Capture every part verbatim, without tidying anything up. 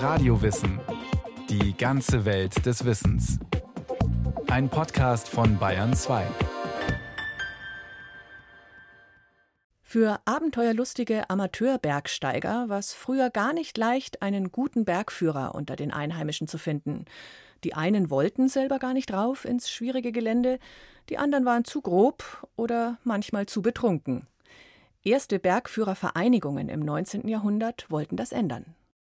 Radiowissen. Die ganze Welt des Wissens. Ein Podcast von Bayern zwei. Für abenteuerlustige Amateurbergsteiger war es früher gar nicht leicht, einen guten Bergführer unter den Einheimischen zu finden. Die einen wollten selber gar nicht rauf ins schwierige Gelände, die anderen waren zu grob oder manchmal zu betrunken. Erste Bergführervereinigungen im neunzehnten Jahrhundert wollten das ändern.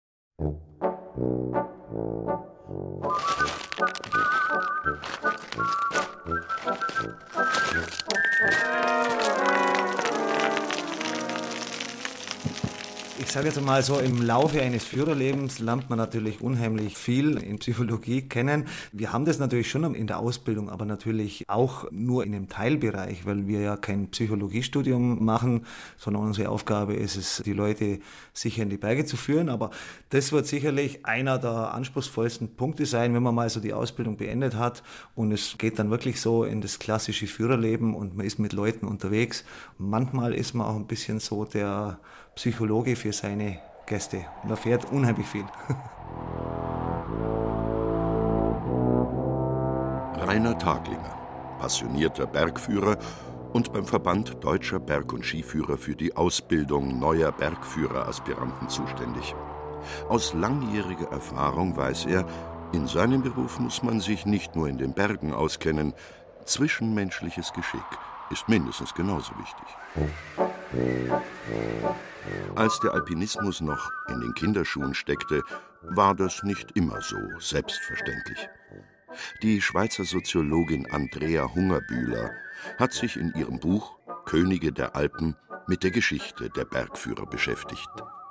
Ich sage jetzt mal so, im Laufe eines Führerlebens lernt man natürlich unheimlich viel in Psychologie kennen. Wir haben das natürlich schon in der Ausbildung, aber natürlich auch nur in einem Teilbereich, weil wir ja kein Psychologiestudium machen, sondern unsere Aufgabe ist es, die Leute sicher in die Berge zu führen. Aber das wird sicherlich einer der anspruchsvollsten Punkte sein, wenn man mal so die Ausbildung beendet hat und es geht dann wirklich so in das klassische Führerleben und man ist mit Leuten unterwegs. Und manchmal ist man auch ein bisschen so der Psychologe für seine Gäste. Und er fährt unheimlich viel. Rainer Taglinger, passionierter Bergführer und beim Verband Deutscher Berg- und Skiführer für die Ausbildung neuer Bergführeraspiranten zuständig. Aus langjähriger Erfahrung weiß er, in seinem Beruf muss man sich nicht nur in den Bergen auskennen, zwischenmenschliches Geschick ist mindestens genauso wichtig. Als der Alpinismus noch in den Kinderschuhen steckte, war das nicht immer so selbstverständlich. Die Schweizer Soziologin Andrea Hungerbühler hat sich in ihrem Buch Könige der Alpen mit der Geschichte der Bergführer beschäftigt.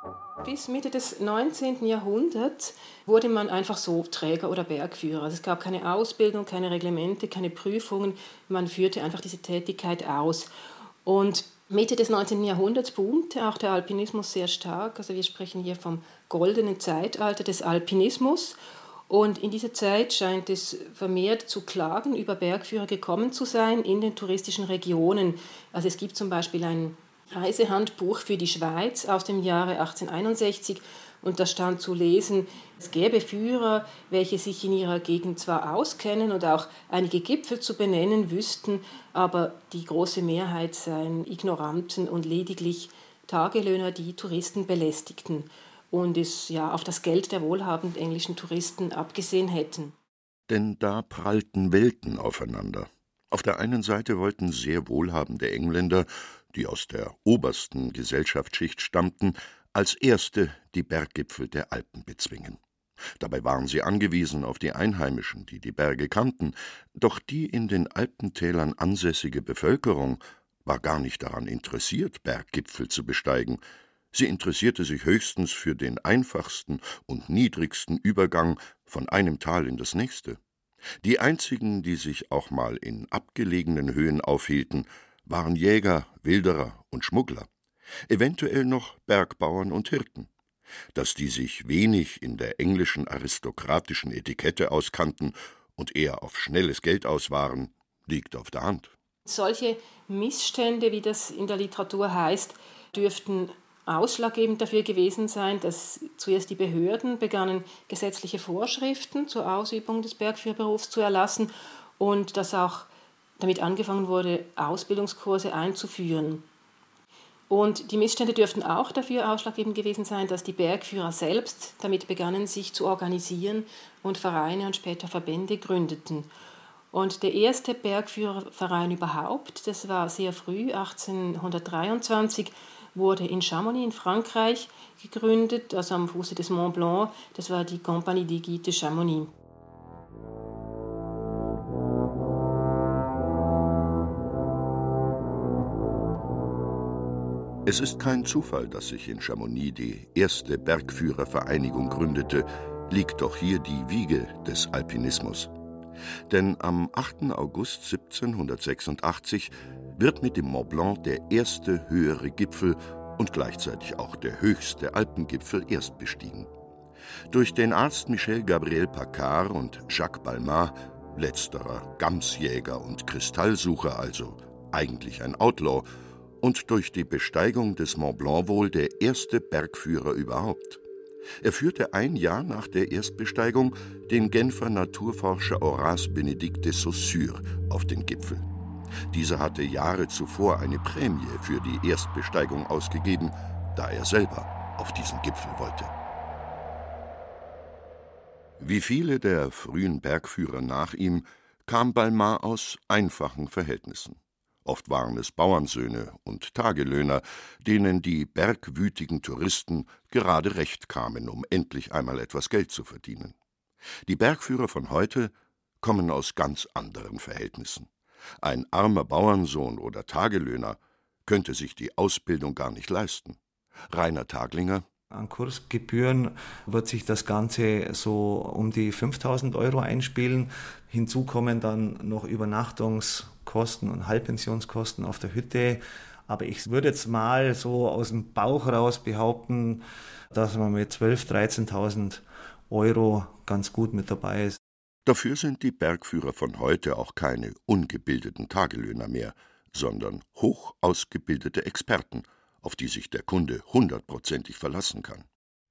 Bis Mitte des neunzehnten Jahrhunderts wurde man einfach so Träger oder Bergführer. Also es gab keine Ausbildung, keine Reglemente, keine Prüfungen. Man führte einfach diese Tätigkeit aus. Und Mitte des neunzehnten Jahrhunderts boomte auch der Alpinismus sehr stark. Also wir sprechen hier vom goldenen Zeitalter des Alpinismus. Und in dieser Zeit scheint es vermehrt zu Klagen über Bergführer gekommen zu sein in den touristischen Regionen. Also es gibt zum Beispiel ein Reisehandbuch für die Schweiz aus dem Jahre achtzehnhunderteinundsechzig und da stand zu lesen, es gäbe Führer, welche sich in ihrer Gegend zwar auskennen und auch einige Gipfel zu benennen wüssten, aber die große Mehrheit seien Ignoranten und lediglich Tagelöhner, die Touristen belästigten und es ja auf das Geld der wohlhabenden englischen Touristen abgesehen hätten. Denn da prallten Welten aufeinander. Auf der einen Seite wollten sehr wohlhabende Engländer, die aus der obersten Gesellschaftsschicht stammten, als erste die Berggipfel der Alpen bezwingen. Dabei waren sie angewiesen auf die Einheimischen, die die Berge kannten, doch die in den Alpentälern ansässige Bevölkerung war gar nicht daran interessiert, Berggipfel zu besteigen. Sie interessierte sich höchstens für den einfachsten und niedrigsten Übergang von einem Tal in das nächste. Die einzigen, die sich auch mal in abgelegenen Höhen aufhielten, waren Jäger, Wilderer und Schmuggler, eventuell noch Bergbauern und Hirten. Dass die sich wenig in der englischen aristokratischen Etikette auskannten und eher auf schnelles Geld aus waren, liegt auf der Hand. Solche Missstände, wie das in der Literatur heißt, dürften ausschlaggebend dafür gewesen sein, dass zuerst die Behörden begannen, gesetzliche Vorschriften zur Ausübung des Bergführerberufs zu erlassen und dass auch damit angefangen wurde, Ausbildungskurse einzuführen. Und die Missstände dürften auch dafür ausschlaggebend gewesen sein, dass die Bergführer selbst damit begannen, sich zu organisieren und Vereine und später Verbände gründeten. Und der erste Bergführerverein überhaupt, das war sehr früh, achtzehnhundertdreiundzwanzig, wurde in Chamonix in Frankreich gegründet, also am Fuße des Mont Blanc. Das war die Compagnie des Guides de Chamonix. Es ist kein Zufall, dass sich in Chamonix die erste Bergführervereinigung gründete, liegt doch hier die Wiege des Alpinismus. Denn am achten August siebzehnhundertsechsundachtzig wird mit dem Mont Blanc der erste höhere Gipfel und gleichzeitig auch der höchste Alpengipfel erst bestiegen. Durch den Arzt Michel Gabriel Paccard und Jacques Balmat, letzterer Gamsjäger und Kristallsucher, also eigentlich ein Outlaw, und durch die Besteigung des Mont Blanc wohl der erste Bergführer überhaupt. Er führte ein Jahr nach der Erstbesteigung den Genfer Naturforscher Horace Benedict de Saussure auf den Gipfel. Dieser hatte Jahre zuvor eine Prämie für die Erstbesteigung ausgegeben, da er selber auf diesen Gipfel wollte. Wie viele der frühen Bergführer nach ihm kam Balmat aus einfachen Verhältnissen. Oft waren es Bauernsöhne und Tagelöhner, denen die bergwütigen Touristen gerade recht kamen, um endlich einmal etwas Geld zu verdienen. Die Bergführer von heute kommen aus ganz anderen Verhältnissen. Ein armer Bauernsohn oder Tagelöhner könnte sich die Ausbildung gar nicht leisten. Rainer Taglinger: An Kursgebühren wird sich das Ganze so um die fünftausend Euro einspielen. Hinzu kommen dann noch Übernachtungskosten und Halbpensionskosten auf der Hütte. Aber ich würde jetzt mal so aus dem Bauch raus behaupten, dass man mit zwölftausend, dreizehntausend Euro ganz gut mit dabei ist. Dafür sind die Bergführer von heute auch keine ungebildeten Tagelöhner mehr, sondern hoch ausgebildete Experten, auf die sich der Kunde hundertprozentig verlassen kann.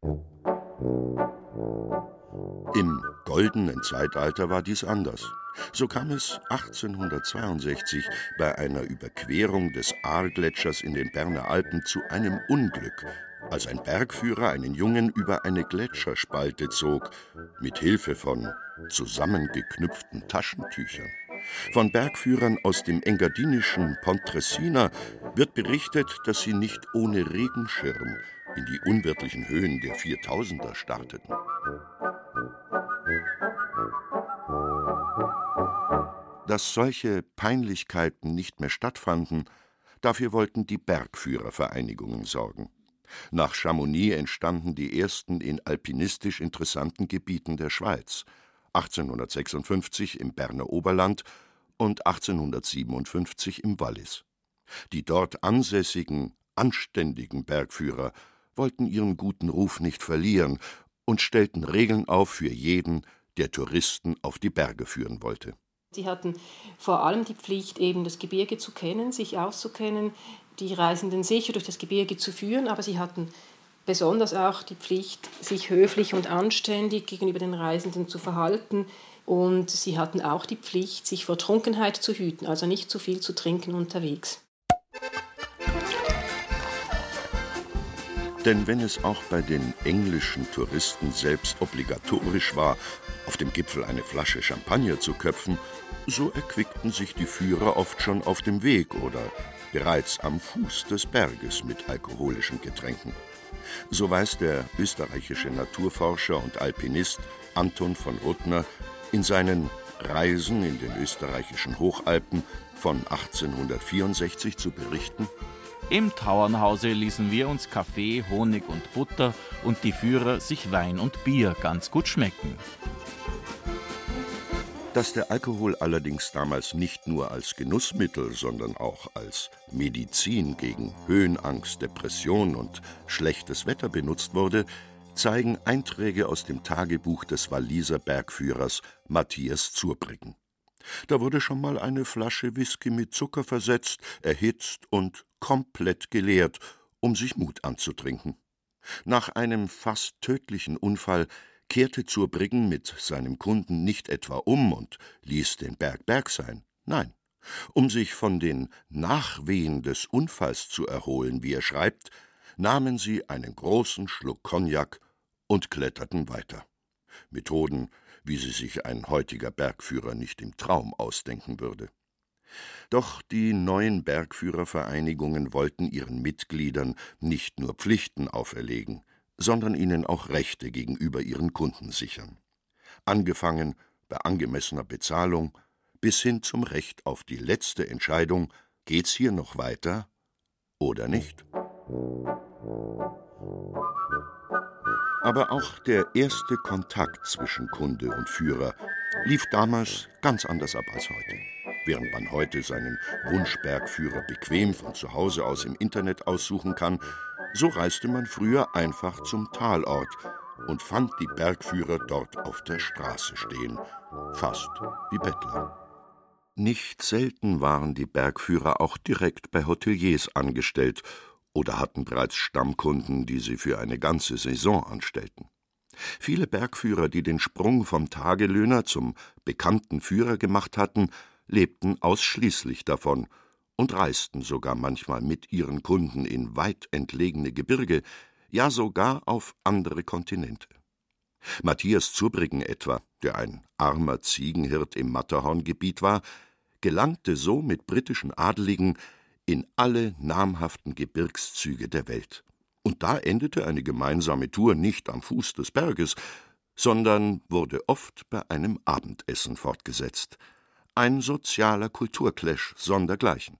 Im goldenen Zeitalter war dies anders. So kam es achtzehnhundertzweiundsechzig bei einer Überquerung des Aar-Gletschers in den Berner Alpen zu einem Unglück, als ein Bergführer einen Jungen über eine Gletscherspalte zog, mit Hilfe von zusammengeknüpften Taschentüchern. Von Bergführern aus dem engadinischen Pontresina wird berichtet, dass sie nicht ohne Regenschirm in die unwirtlichen Höhen der Viertausender starteten. Dass solche Peinlichkeiten nicht mehr stattfanden, dafür wollten die Bergführervereinigungen sorgen. Nach Chamonix entstanden die ersten in alpinistisch interessanten Gebieten der Schweiz, achtzehnhundertsechsundfünfzig im Berner Oberland und achtzehnhundertsiebenundfünfzig im Wallis. Die dort ansässigen, anständigen Bergführer wollten ihren guten Ruf nicht verlieren und stellten Regeln auf für jeden, der Touristen auf die Berge führen wollte. Sie hatten vor allem die Pflicht, eben das Gebirge zu kennen, sich auszukennen, die Reisenden sicher durch das Gebirge zu führen, aber sie hatten besonders auch die Pflicht, sich höflich und anständig gegenüber den Reisenden zu verhalten, und sie hatten auch die Pflicht, sich vor Trunkenheit zu hüten, also nicht zu viel zu trinken unterwegs. Denn wenn es auch bei den englischen Touristen selbst obligatorisch war, auf dem Gipfel eine Flasche Champagner zu köpfen, so erquickten sich die Führer oft schon auf dem Weg oder bereits am Fuß des Berges mit alkoholischen Getränken. So weiß der österreichische Naturforscher und Alpinist Anton von Ruttner in seinen Reisen in den österreichischen Hochalpen von achtzehnhundertvierundsechzig zu berichten: Im Tauernhause ließen wir uns Kaffee, Honig und Butter und die Führer sich Wein und Bier ganz gut schmecken. Dass der Alkohol allerdings damals nicht nur als Genussmittel, sondern auch als Medizin gegen Höhenangst, Depression und schlechtes Wetter benutzt wurde, zeigen Einträge aus dem Tagebuch des Walliser Bergführers Matthias Zurbriggen. Da wurde schon mal eine Flasche Whisky mit Zucker versetzt, erhitzt und komplett geleert, um sich Mut anzutrinken. Nach einem fast tödlichen Unfall kehrte Zurbriggen mit seinem Kunden nicht etwa um und ließ den Berg Berg sein. Nein, um sich von den Nachwehen des Unfalls zu erholen, wie er schreibt, nahmen sie einen großen Schluck Cognac und kletterten weiter. Methoden, wie sie sich ein heutiger Bergführer nicht im Traum ausdenken würde. Doch die neuen Bergführervereinigungen wollten ihren Mitgliedern nicht nur Pflichten auferlegen, sondern ihnen auch Rechte gegenüber ihren Kunden sichern. Angefangen bei angemessener Bezahlung bis hin zum Recht auf die letzte Entscheidung: geht's hier noch weiter oder nicht? Aber auch der erste Kontakt zwischen Kunde und Führer lief damals ganz anders ab als heute. Während man heute seinen Wunschbergführer bequem von zu Hause aus im Internet aussuchen kann, so reiste man früher einfach zum Talort und fand die Bergführer dort auf der Straße stehen, fast wie Bettler. Nicht selten waren die Bergführer auch direkt bei Hoteliers angestellt oder hatten bereits Stammkunden, die sie für eine ganze Saison anstellten. Viele Bergführer, die den Sprung vom Tagelöhner zum bekannten Führer gemacht hatten, lebten ausschließlich davon und reisten sogar manchmal mit ihren Kunden in weit entlegene Gebirge, ja sogar auf andere Kontinente. Matthias Zurbriggen etwa, der ein armer Ziegenhirt im Matterhorngebiet war, gelangte so mit britischen Adeligen in alle namhaften Gebirgszüge der Welt. Und da endete eine gemeinsame Tour nicht am Fuß des Berges, sondern wurde oft bei einem Abendessen fortgesetzt. Ein sozialer Kulturclash sondergleichen.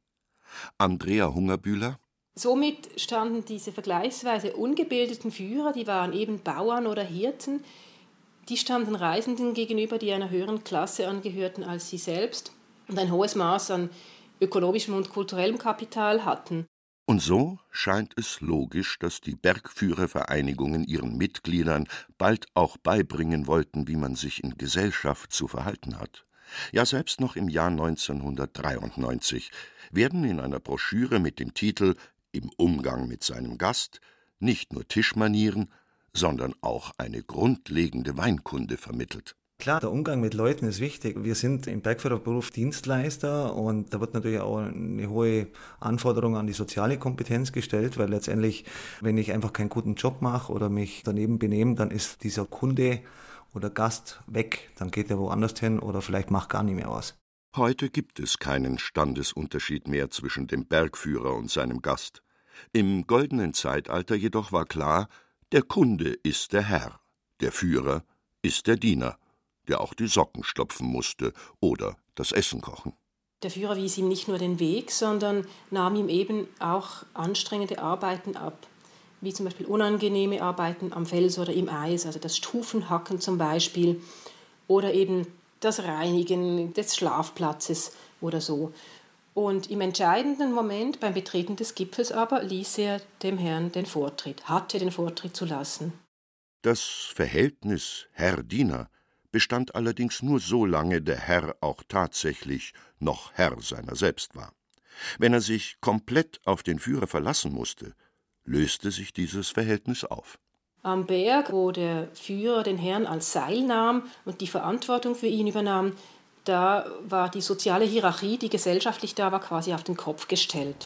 Andrea Hungerbühler: Somit standen diese vergleichsweise ungebildeten Führer, die waren eben Bauern oder Hirten, die standen Reisenden gegenüber, die einer höheren Klasse angehörten als sie selbst und ein hohes Maß an ökonomischem und kulturellem Kapital hatten. Und so scheint es logisch, dass die Bergführervereinigungen ihren Mitgliedern bald auch beibringen wollten, wie man sich in Gesellschaft zu verhalten hat. Ja, selbst noch im Jahr neunzehnhundertdreiundneunzig werden in einer Broschüre mit dem Titel »Im Umgang mit seinem Gast« nicht nur Tischmanieren, sondern auch eine grundlegende Weinkunde vermittelt. Klar, der Umgang mit Leuten ist wichtig. Wir sind im Bergführerberuf Dienstleister und da wird natürlich auch eine hohe Anforderung an die soziale Kompetenz gestellt, weil letztendlich, wenn ich einfach keinen guten Job mache oder mich daneben benehme, dann ist dieser Kunde oder Gast weg. Dann geht er woanders hin oder vielleicht macht gar nicht mehr was. Heute gibt es keinen Standesunterschied mehr zwischen dem Bergführer und seinem Gast. Im goldenen Zeitalter jedoch war klar, der Kunde ist der Herr, der Führer ist der Diener, der auch die Socken stopfen musste oder das Essen kochen. Der Führer wies ihm nicht nur den Weg, sondern nahm ihm eben auch anstrengende Arbeiten ab, wie zum Beispiel unangenehme Arbeiten am Fels oder im Eis, also das Stufenhacken zum Beispiel, oder eben das Reinigen des Schlafplatzes oder so. Und im entscheidenden Moment beim Betreten des Gipfels aber ließ er dem Herrn den Vortritt, hatte den Vortritt zu lassen. Das Verhältnis Herr-Diener bestand allerdings nur so lange der Herr auch tatsächlich noch Herr seiner selbst war. Wenn er sich komplett auf den Führer verlassen musste, löste sich dieses Verhältnis auf. Am Berg, wo der Führer den Herrn als Seil nahm und die Verantwortung für ihn übernahm, da war die soziale Hierarchie, die gesellschaftlich da war, quasi auf den Kopf gestellt.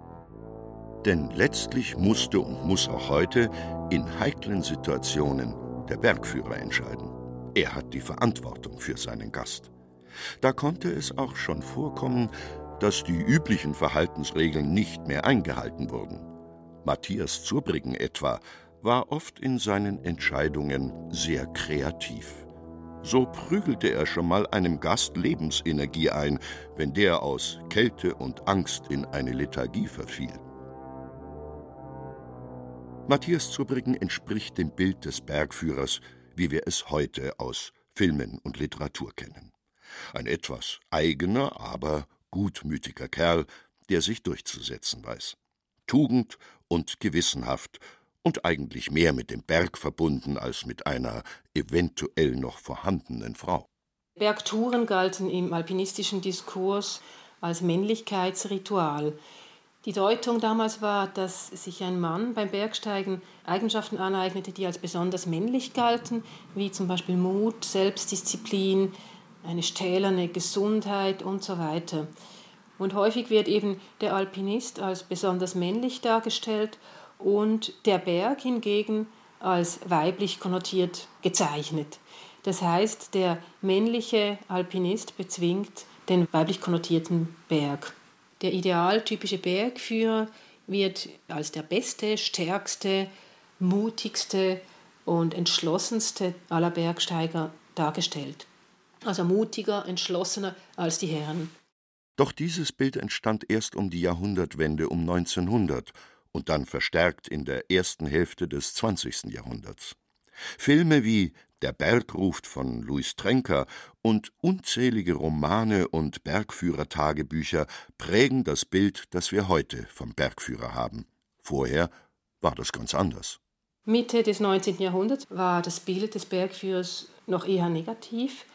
Denn letztlich musste und muss auch heute in heiklen Situationen der Bergführer entscheiden. Er hat die Verantwortung für seinen Gast. Da konnte es auch schon vorkommen, dass die üblichen Verhaltensregeln nicht mehr eingehalten wurden. Matthias Zurbriggen etwa war oft in seinen Entscheidungen sehr kreativ. So prügelte er schon mal einem Gast Lebensenergie ein, wenn der aus Kälte und Angst in eine Lethargie verfiel. Matthias Zurbriggen entspricht dem Bild des Bergführers, wie wir es heute aus Filmen und Literatur kennen. Ein etwas eigener, aber gutmütiger Kerl, der sich durchzusetzen weiß. Tugend und gewissenhaft und eigentlich mehr mit dem Berg verbunden als mit einer eventuell noch vorhandenen Frau. Bergtouren galten im alpinistischen Diskurs als Männlichkeitsritual. Die Deutung damals war, dass sich ein Mann beim Bergsteigen Eigenschaften aneignete, die als besonders männlich galten, wie zum Beispiel Mut, Selbstdisziplin, eine stählerne Gesundheit und so weiter. Und häufig wird eben der Alpinist als besonders männlich dargestellt und der Berg hingegen als weiblich konnotiert gezeichnet. Das heißt, der männliche Alpinist bezwingt den weiblich konnotierten Berg. Der idealtypische Bergführer wird als der beste, stärkste, mutigste und entschlossenste aller Bergsteiger dargestellt. Also mutiger, entschlossener als die Herren. Doch dieses Bild entstand erst um die Jahrhundertwende um neunzehnhundert und dann verstärkt in der ersten Hälfte des zwanzigsten Jahrhunderts. Filme wie »Der Berg ruft« von Louis Trenker und unzählige Romane und Bergführertagebücher prägen das Bild, das wir heute vom Bergführer haben. Vorher war das ganz anders. Mitte des neunzehnten Jahrhunderts war das Bild des Bergführers noch eher negativ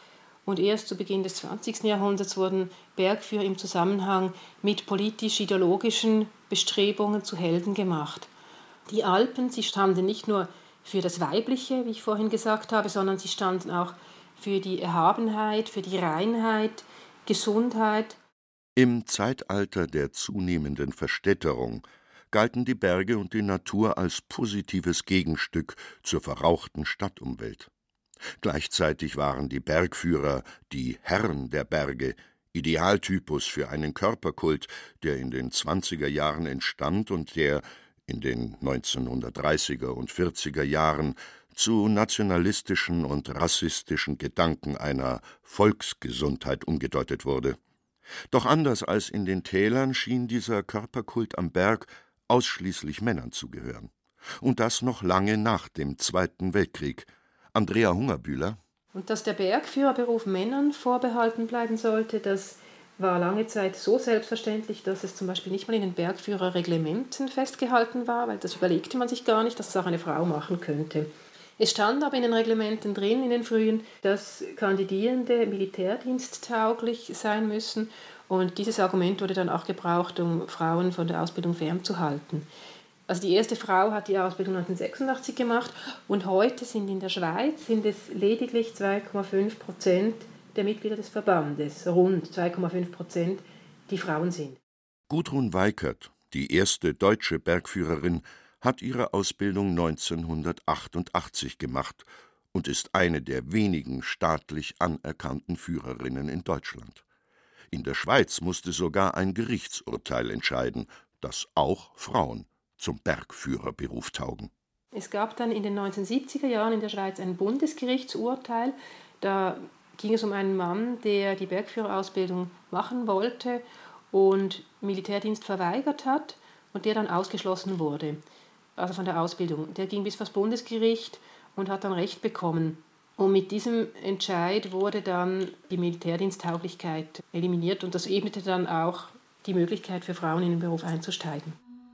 Und erst zu Beginn des zwanzigsten Jahrhunderts wurden Bergführer im Zusammenhang mit politisch-ideologischen Bestrebungen zu Helden gemacht. Die Alpen, sie standen nicht nur für das Weibliche, wie ich vorhin gesagt habe, sondern sie standen auch für die Erhabenheit, für die Reinheit, Gesundheit. Im Zeitalter der zunehmenden Verstädterung galten die Berge und die Natur als positives Gegenstück zur verrauchten Stadtumwelt. Gleichzeitig waren die Bergführer die Herren der Berge, Idealtypus für einen Körperkult, der in den zwanziger Jahren entstand und der in den neunzehnhundertdreißiger und vierziger Jahren zu nationalistischen und rassistischen Gedanken einer Volksgesundheit umgedeutet wurde. Doch anders als in den Tälern schien dieser Körperkult am Berg ausschließlich Männern zu gehören. Und das noch lange nach dem Zweiten Weltkrieg. Andrea Hungerbühler. Und dass der Bergführerberuf Männern vorbehalten bleiben sollte, das war lange Zeit so selbstverständlich, dass es zum Beispiel nicht mal in den Bergführerreglementen festgehalten war, weil das überlegte man sich gar nicht, dass es auch eine Frau machen könnte. Es stand aber in den Reglementen drin, in den frühen, dass Kandidierende militärdiensttauglich sein müssen. Und dieses Argument wurde dann auch gebraucht, um Frauen von der Ausbildung fernzuhalten. Also die erste Frau hat die Ausbildung neunzehnhundertsechsundachtzig gemacht und heute sind in der Schweiz sind es lediglich zwei Komma fünf Prozent der Mitglieder des Verbandes, rund zwei Komma fünf Prozent, die Frauen sind. Gudrun Weikert, die erste deutsche Bergführerin, hat ihre Ausbildung neunzehnhundertachtundachtzig gemacht und ist eine der wenigen staatlich anerkannten Führerinnen in Deutschland. In der Schweiz musste sogar ein Gerichtsurteil entscheiden, dass auch Frauen zum Bergführerberuf taugen. Es gab dann in den neunzehnhundertsiebziger Jahren in der Schweiz ein Bundesgerichtsurteil. Da ging es um einen Mann, der die Bergführerausbildung machen wollte und Militärdienst verweigert hat und der dann ausgeschlossen wurde, also von der Ausbildung. Der ging bis vor das Bundesgericht und hat dann Recht bekommen. Und mit diesem Entscheid wurde dann die Militärdiensttauglichkeit eliminiert und das ebnete dann auch die Möglichkeit für Frauen in den Beruf einzusteigen.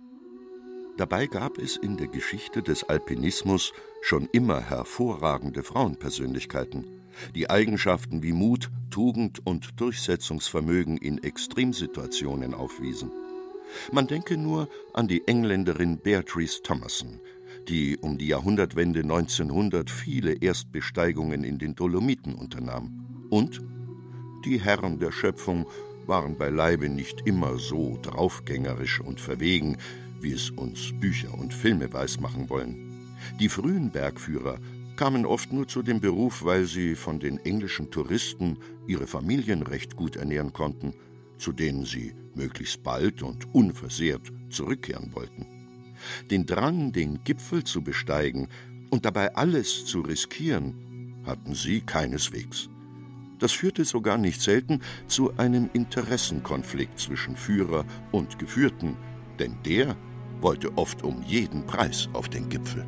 Dabei gab es in der Geschichte des Alpinismus schon immer hervorragende Frauenpersönlichkeiten, die Eigenschaften wie Mut, Tugend und Durchsetzungsvermögen in Extremsituationen aufwiesen. Man denke nur an die Engländerin Beatrice Thomason, die um die Jahrhundertwende neunzehnhundert viele Erstbesteigungen in den Dolomiten unternahm. Und die Herren der Schöpfung waren beileibe nicht immer so draufgängerisch und verwegen, wie es uns Bücher und Filme weismachen wollen. Die frühen Bergführer kamen oft nur zu dem Beruf, weil sie von den englischen Touristen ihre Familien recht gut ernähren konnten, zu denen sie möglichst bald und unversehrt zurückkehren wollten. Den Drang, den Gipfel zu besteigen und dabei alles zu riskieren, hatten sie keineswegs. Das führte sogar nicht selten zu einem Interessenkonflikt zwischen Führer und Geführten, denn der wollte oft um jeden Preis auf den Gipfel.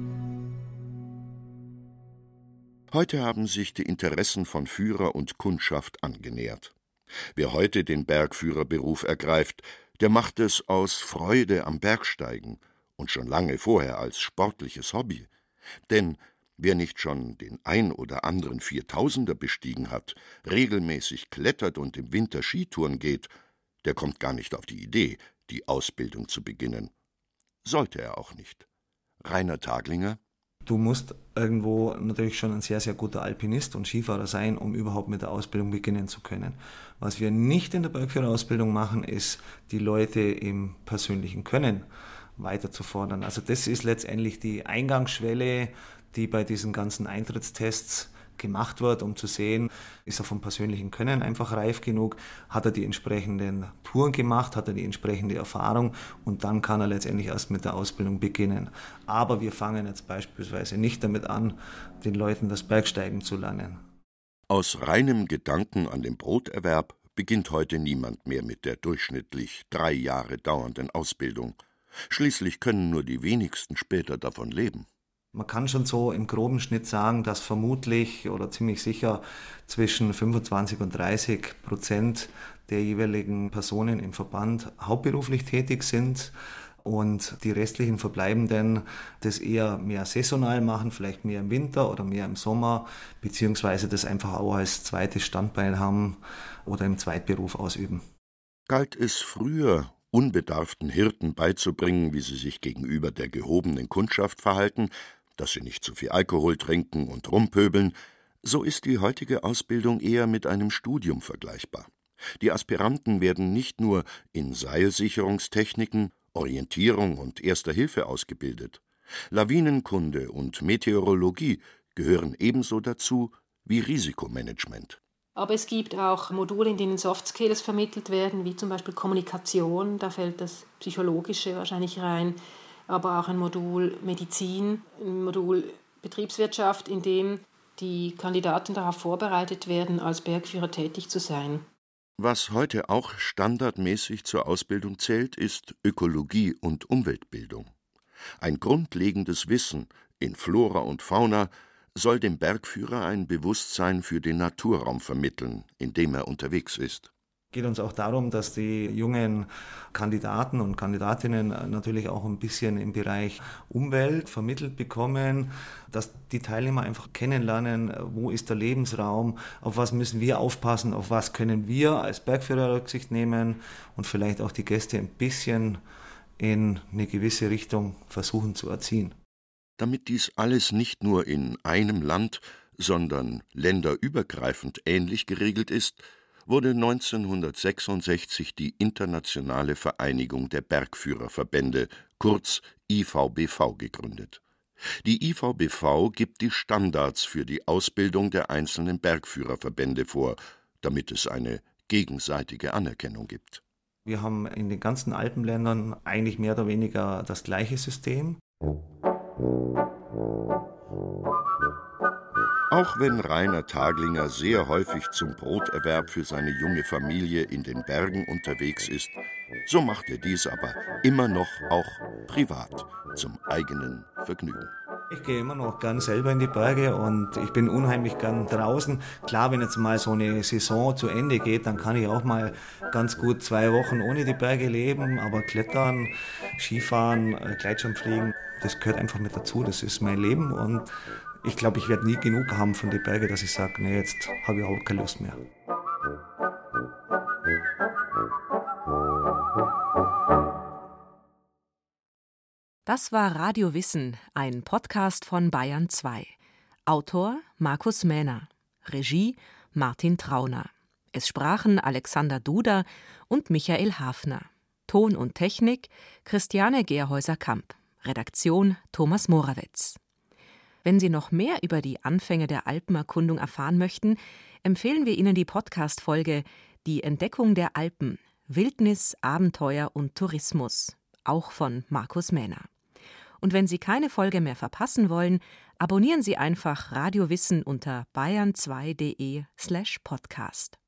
Heute haben sich die Interessen von Führer und Kundschaft angenähert. Wer heute den Bergführerberuf ergreift, der macht es aus Freude am Bergsteigen und schon lange vorher als sportliches Hobby. Denn wer nicht schon den ein oder anderen Viertausender bestiegen hat, regelmäßig klettert und im Winter Skitouren geht, der kommt gar nicht auf die Idee, die Ausbildung zu beginnen. Sollte er auch nicht. Rainer Taglinger. Du musst irgendwo natürlich schon ein sehr, sehr guter Alpinist und Skifahrer sein, um überhaupt mit der Ausbildung beginnen zu können. Was wir nicht in der Bergführerausbildung machen, ist, die Leute im persönlichen Können weiter zu fordern. Also das ist letztendlich die Eingangsschwelle, die bei diesen ganzen Eintrittstests gemacht wird, um zu sehen, ist er vom persönlichen Können einfach reif genug, hat er die entsprechenden Touren gemacht, hat er die entsprechende Erfahrung und dann kann er letztendlich erst mit der Ausbildung beginnen. Aber wir fangen jetzt beispielsweise nicht damit an, den Leuten das Bergsteigen zu lernen. Aus reinem Gedanken an den Broterwerb beginnt heute niemand mehr mit der durchschnittlich drei Jahre dauernden Ausbildung. Schließlich können nur die wenigsten später davon leben. Man kann schon so im groben Schnitt sagen, dass vermutlich oder ziemlich sicher zwischen fünfundzwanzig und dreißig Prozent der jeweiligen Personen im Verband hauptberuflich tätig sind. und die restlichen Verbleibenden das eher mehr saisonal machen, vielleicht mehr im Winter oder mehr im Sommer, beziehungsweise das einfach auch als zweites Standbein haben oder im Zweitberuf ausüben. Galt es früher, unbedarften Hirten beizubringen, wie sie sich gegenüber der gehobenen Kundschaft verhalten, dass sie nicht zu viel Alkohol trinken und rumpöbeln, so ist die heutige Ausbildung eher mit einem Studium vergleichbar. Die Aspiranten werden nicht nur in Seilsicherungstechniken, Orientierung und Erster Hilfe ausgebildet. Lawinenkunde und Meteorologie gehören ebenso dazu wie Risikomanagement. Aber es gibt auch Module, in denen Soft Skills vermittelt werden, wie zum Beispiel Kommunikation, da fällt das Psychologische wahrscheinlich rein, aber auch ein Modul Medizin, ein Modul Betriebswirtschaft, in dem die Kandidaten darauf vorbereitet werden, als Bergführer tätig zu sein. Was heute auch standardmäßig zur Ausbildung zählt, ist Ökologie und Umweltbildung. Ein grundlegendes Wissen in Flora und Fauna soll dem Bergführer ein Bewusstsein für den Naturraum vermitteln, in dem er unterwegs ist. Es geht uns auch darum, dass die jungen Kandidaten und Kandidatinnen natürlich auch ein bisschen im Bereich Umwelt vermittelt bekommen, dass die Teilnehmer einfach kennenlernen, wo ist der Lebensraum, auf was müssen wir aufpassen, auf was können wir als Bergführer Rücksicht nehmen und vielleicht auch die Gäste ein bisschen in eine gewisse Richtung versuchen zu erziehen. Damit dies alles nicht nur in einem Land, sondern länderübergreifend ähnlich geregelt ist, wurde neunzehnhundertsechsundsechzig die Internationale Vereinigung der Bergführerverbände, kurz I V B V, gegründet. Die I V B V gibt die Standards für die Ausbildung der einzelnen Bergführerverbände vor, damit es eine gegenseitige Anerkennung gibt. Wir haben in den ganzen Alpenländern eigentlich mehr oder weniger das gleiche System. Auch wenn Rainer Taglinger sehr häufig zum Broterwerb für seine junge Familie in den Bergen unterwegs ist, so macht er dies aber immer noch auch privat zum eigenen Vergnügen. Ich gehe immer noch gern selber in die Berge und ich bin unheimlich gern draußen. Klar, wenn jetzt mal so eine Saison zu Ende geht, dann kann ich auch mal ganz gut zwei Wochen ohne die Berge leben, aber Klettern, Skifahren, Gleitschirmfliegen, das gehört einfach mit dazu, das ist mein Leben und ich glaube, ich werde nie genug haben von den Bergen, dass ich sage, nee, jetzt habe ich überhaupt keine Lust mehr. Das war Radio Wissen, ein Podcast von Bayern zwei. Autor Markus Mähner, Regie Martin Trauner. Es sprachen Alexander Duda und Michael Hafner. Ton und Technik Christiane Gerhäuser-Kamp. Redaktion Thomas Morawetz. Wenn Sie noch mehr über die Anfänge der Alpenerkundung erfahren möchten, empfehlen wir Ihnen die Podcast-Folge Die Entdeckung der Alpen – Wildnis, Abenteuer und Tourismus, auch von Markus Mähner. Und wenn Sie keine Folge mehr verpassen wollen, abonnieren Sie einfach Radio Wissen unter bayern zwei punkt de slash podcast.